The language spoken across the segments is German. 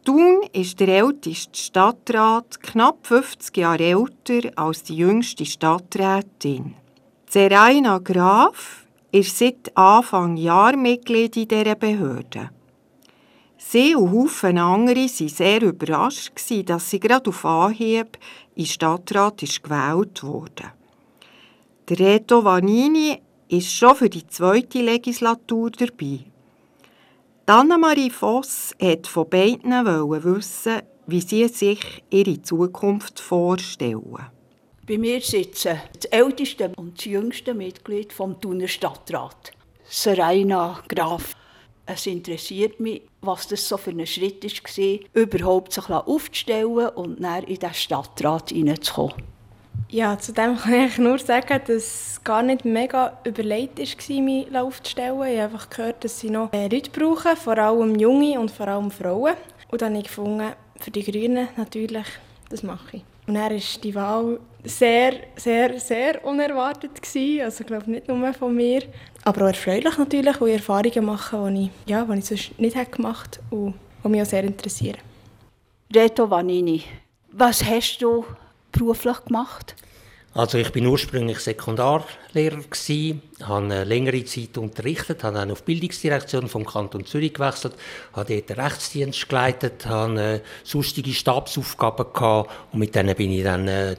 Thun ist der älteste Stadtrat knapp 50 Jahre älter als die jüngste Stadträtin. Seraina Graf ist seit Anfang Jahr Mitglied in dieser Behörde. Sie und Haufen andere waren sehr überrascht, dass sie gerade auf Anhieb in den Stadtrat gewählt wurde. Der Reto Vanini ist schon für die 2. Legislatur dabei. Annemarie Voss wollte von beiden wissen, wie sie sich ihre Zukunft vorstellen. Bei mir sitzen das älteste und das jüngste Mitglied des Thuner Stadtrats, Seraina Graf. Es interessiert mich, was das so für ein Schritt war, überhaupt sich aufzustellen und dann in diesen Stadtrat hineinzukommen. Ja, zu dem kann ich nur sagen, dass es gar nicht mega überlegt war, mich aufzustellen. Ich habe einfach gehört, dass sie noch Leute brauchen, vor allem Junge und vor allem Frauen. Und dann habe ich gefunden, für die Grünen natürlich, das mache ich. Und dann war die Wahl sehr, sehr, sehr unerwartet. Also ich glaube nicht nur von mir. Aber auch erfreulich natürlich, weil ich Erfahrungen mache, die ich sonst nicht gemacht hätte und die mich auch sehr interessieren. Reto Vanini, was hast du beruflich gemacht? Also ich bin ursprünglich Sekundarlehrer, habe eine längere Zeit unterrichtet, habe dann auf die Bildungsdirektion vom Kanton Zürich gewechselt, habe dort den Rechtsdienst geleitet, habe sonstige Stabsaufgaben gehabt und mit denen bin ich dann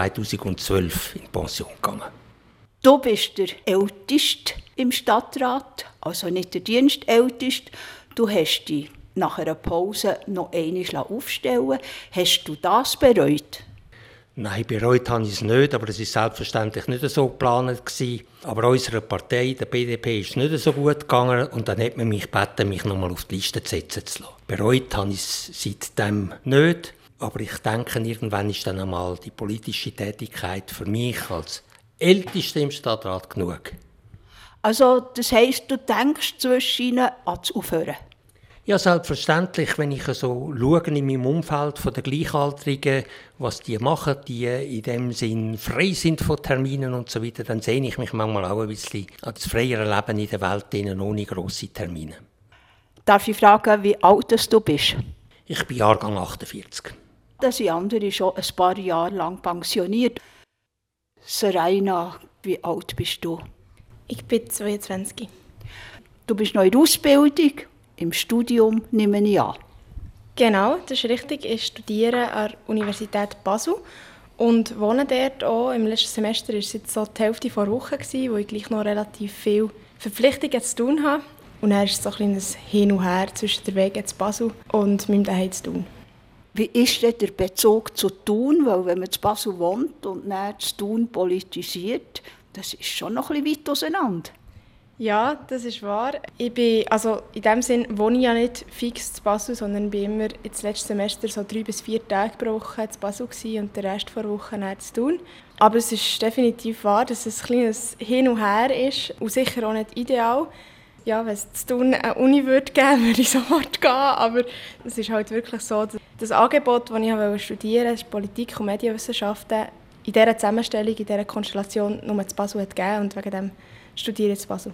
2012 in Pension gegangen. Du bist der Älteste im Stadtrat, also nicht der Dienstälteste. Du hast dich nach einer Pause noch einmal aufstellen. Hast du das bereut? Nein, bereut habe ich es nicht, aber es war selbstverständlich nicht so geplant. Aber unserer Partei, der BDP, ist es nicht so gut gegangen und dann hat man mich gebeten, mich nochmal auf die Liste zu setzen zu lassen. Bereut habe ich es seitdem nicht, aber ich denke, irgendwann ist dann einmal die politische Tätigkeit für mich als Ältester im Stadtrat genug. Also das heisst, du denkst zwischen an das Aufhören? Ja, selbstverständlich, wenn ich so schaue in meinem Umfeld von den Gleichaltrigen, was die machen, die in dem Sinn frei sind von Terminen und so weiter, dann sehe ich mich manchmal auch ein bisschen an das freiere Leben in der Welt ohne grosse Termine. Darf ich fragen, wie alt du bist? Ich bin Jahrgang 48. Da sind andere schon ein paar Jahre lang pensioniert. Seraina, wie alt bist du? Ich bin 22. Du bist noch in der Ausbildung, im Studium nehme ich an. Genau, das ist richtig. Ich studiere an der Universität Basel und wohne dort auch. Im letzten Semester war es jetzt so die Hälfte der Woche, wo ich gleich noch relativ viele Verpflichtungen zu tun habe. Und dann ist es so ein kleines Hin und Her zwischen der Wege zu Basel und meinem Zuhause zu Thun. Wie ist denn der Bezug zu Thun? Weil wenn man zu Basel wohnt und dann zu Thun politisiert, das ist schon noch ein bisschen weit auseinander. Ja, das ist wahr. In dem Sinn wohne ich ja nicht fix zu Basel, sondern bin immer ins letzten Semester so 3 bis 4 Tage pro Woche zu Basel und den Rest der Woche zu Thun. Aber es ist definitiv wahr, dass es ein kleines Hin und Her ist und sicher auch nicht ideal. Ja, wenn es zu Thun eine Uni geben würde ich sofort gehen, aber es ist halt wirklich so, dass das Angebot, das ich studieren wollte, Politik und Medienwissenschaften, in dieser Zusammenstellung, in dieser Konstellation nur zu Basel gegeben und wegen dem studiere ich in Basel.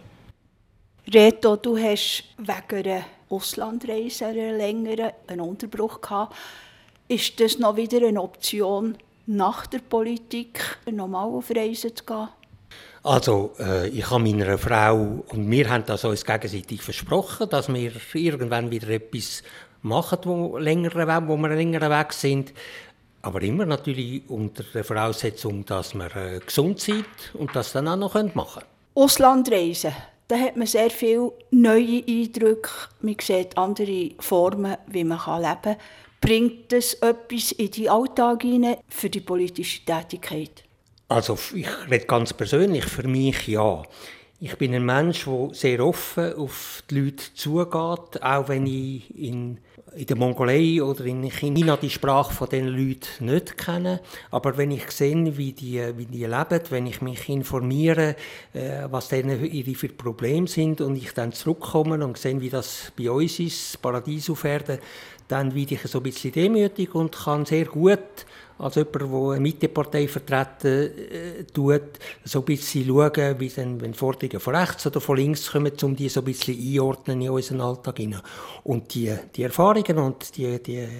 Reto, du hast wegen einer Auslandreise, einer längeren, einen Unterbruch gehabt. Ist das noch wieder eine Option, nach der Politik nochmal auf Reisen zu gehen? Also, ich habe meiner Frau und wir haben das uns gegenseitig versprochen, dass wir irgendwann wieder etwas machen, wo wir länger weg sind. Aber immer natürlich unter der Voraussetzung, dass wir gesund sind und das dann auch noch machen können. Auslandreisen, da hat man sehr viele neue Eindrücke. Man sieht andere Formen, wie man leben kann. Bringt das etwas in den Alltag hinein für die politische Tätigkeit? Also ich rede ganz persönlich, für mich ja. Ich bin ein Mensch, der sehr offen auf die Leute zugeht, auch wenn ich in der Mongolei oder in China die Sprache von diesen Leuten nicht kenne. Aber wenn ich sehe, wie die leben, wenn ich mich informiere, was denen ihre Probleme sind und ich dann zurückkomme und sehe, wie das bei uns ist, das Paradies auf Erden, dann werde ich so ein bisschen demütig und kann sehr gut als jemand, der eine Mittepartei vertreten tut, so ein bisschen schauen, wie dann, wenn Forderungen von rechts oder von links kommen, um die so ein bisschen einordnen in unseren Alltag hinein. Und die Erfahrungen und die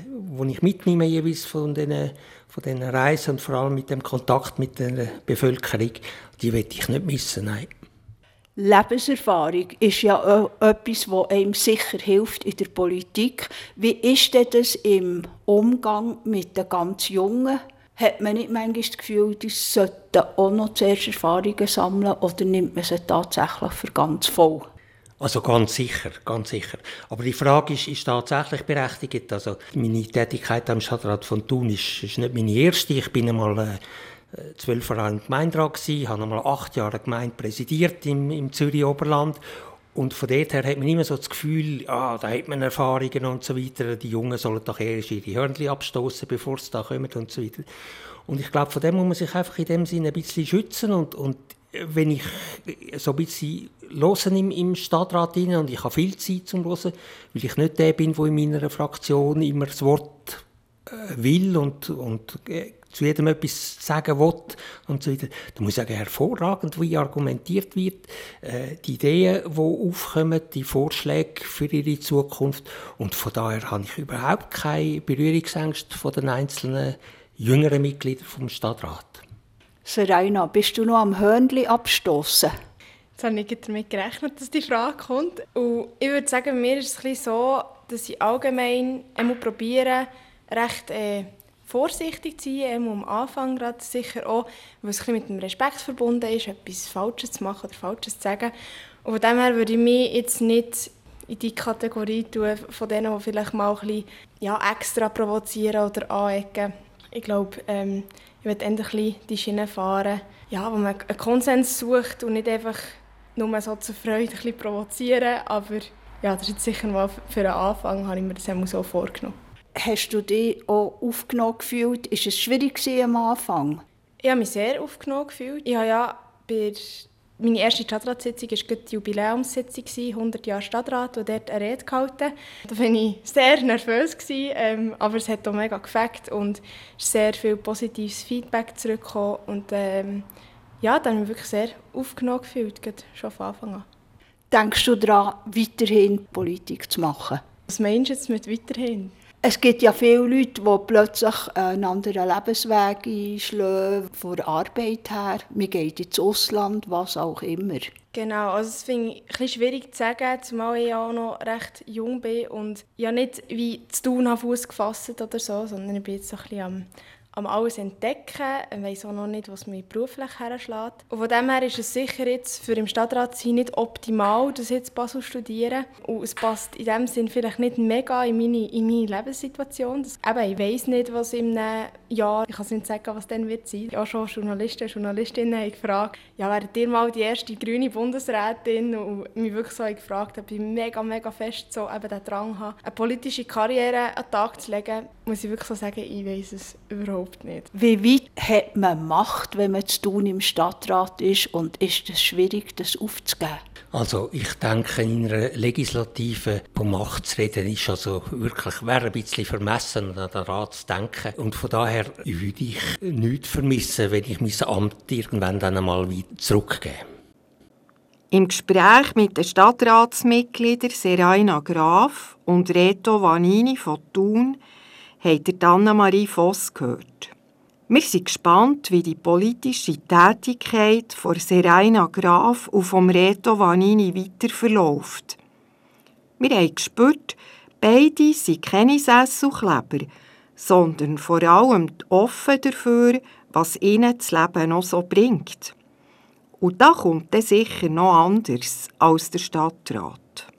ich mitnehme jeweils von diesen Reisen und vor allem mit dem Kontakt mit der Bevölkerung, die will ich nicht missen, nein. Lebenserfahrung ist ja auch etwas, das einem sicher hilft in der Politik. Wie ist denn das im Umgang mit den ganz Jungen? Hat man nicht manchmal das Gefühl, die sollten auch noch zuerst Erfahrungen sammeln oder nimmt man sie tatsächlich für ganz voll? Also ganz sicher, ganz sicher. Aber die Frage ist tatsächlich berechtigt. Also meine Tätigkeit am Stadtrat von Thun ist nicht meine erste. Ich bin einmal 12 Jahre im Gemeinderat gewesen, habe einmal 8 Jahre eine Gemeinde präsidiert im Zürich-Oberland. Und von dort her hat man immer so das Gefühl, da hat man Erfahrungen und so weiter. Die Jungen sollen doch erst ihre Hörnchen abstoßen, bevor sie da kommen und so weiter. Und ich glaube, von dem muss man sich einfach in dem Sinne ein bisschen schützen. Und wenn ich so ein bisschen höre im Stadtrat rein, und ich habe viel Zeit zum Hören, weil ich nicht der bin, der in meiner Fraktion immer das Wort will und zu jedem etwas sagen will und so weiter. Da muss ich sagen, hervorragend, wie argumentiert wird, die Ideen, die aufkommen, die Vorschläge für ihre Zukunft. Und von daher habe ich überhaupt keine Berührungsängste von den einzelnen jüngeren Mitgliedern vom Stadtrat. Seraina, bist du noch am Hörnli abstoßen? Jetzt habe ich damit gerechnet, dass die Frage kommt. Und ich würde sagen, bei mir ist es ein bisschen so, dass ich allgemein probiere, recht vorsichtig zu sein, am Anfang gerade sicher auch, weil es ein bisschen mit dem Respekt verbunden ist, etwas Falsches zu machen oder Falsches zu sagen. Und von dem her würde ich mich jetzt nicht in die Kategorie tun, von denen, die vielleicht mal ein bisschen, extra provozieren oder anecken. Ich glaube, ich würde eher ein bisschen die Schiene fahren, wo man einen Konsens sucht und nicht einfach nur so zur Freude ein bisschen provozieren. Aber das ist jetzt sicher mal für den Anfang, habe ich mir das einmal so vorgenommen. Hast du dich auch aufgenommen gefühlt? Ist es schwierig am Anfang? Ich habe mich sehr aufgenommen gefühlt. Ich habe meine erste Stadtratssitzung war die Jubiläumssitzung, 100 Jahre Stadtrat, und dort eine Rede gehalten. Da war ich sehr nervös, aber es hat auch mega gefällt und es ist sehr viel positives Feedback zurückgekommen. Und da habe ich mich wirklich sehr aufgenommen gefühlt, schon von Anfang an. Denkst du daran, weiterhin Politik zu machen? Was meinst du jetzt mit weiterhin? Es gibt ja viele Leute, die plötzlich einen anderen Lebensweg einschlagen, von der Arbeit her. Man geht ins Ausland, was auch immer. Genau, also das finde ich ein bisschen schwierig zu sagen, zumal ich auch noch recht jung bin und nicht wie zu tun habe, Fuß gefasst oder so, sondern ich bin jetzt so ein bisschen am alles entdecken. Ich weiss auch noch nicht, was mich beruflich herschlägt. Und von dem her ist es sicher jetzt für im Stadtrat sein nicht optimal, dass ich jetzt Basel studiere. Und es passt in dem Sinn vielleicht nicht mega in meine Lebenssituation. Ich weiss nicht, was in einem Jahr, ich kann es nicht sagen, was dann wird sein. Auch schon Journalisten und Journalistinnen haben gefragt, werdet ihr mal die erste grüne Bundesrätin? Und mich wirklich so gefragt, ob ich mega, mega fest so eben den Drang habe, eine politische Karriere an den Tag zu legen. Muss ich wirklich so sagen, ich weiss es überhaupt nicht. Wie weit hat man Macht, wenn man zu tun im Stadtrat ist, und ist es schwierig, das aufzugeben? Also ich denke, in einer Legislative von Macht zu reden, ist also wirklich, wäre ein bisschen vermessen, an den Rat zu denken. Und von daher würde ich nichts vermissen, wenn ich mein Amt irgendwann dann einmal wieder zurückgebe. Im Gespräch mit den Stadtratsmitgliedern Seraina Graf und Reto Vanini von Thun habt ihr Anna-Marie Voss gehört. Wir sind gespannt, wie die politische Tätigkeit von Seraina Graf und vom Reto Vanini weiter verläuft. Wir haben gespürt, beide sind keine Sesselkleber, sondern vor allem offen dafür, was ihnen das Leben noch so bringt. Und da kommt dann sicher noch anders als der Stadtrat.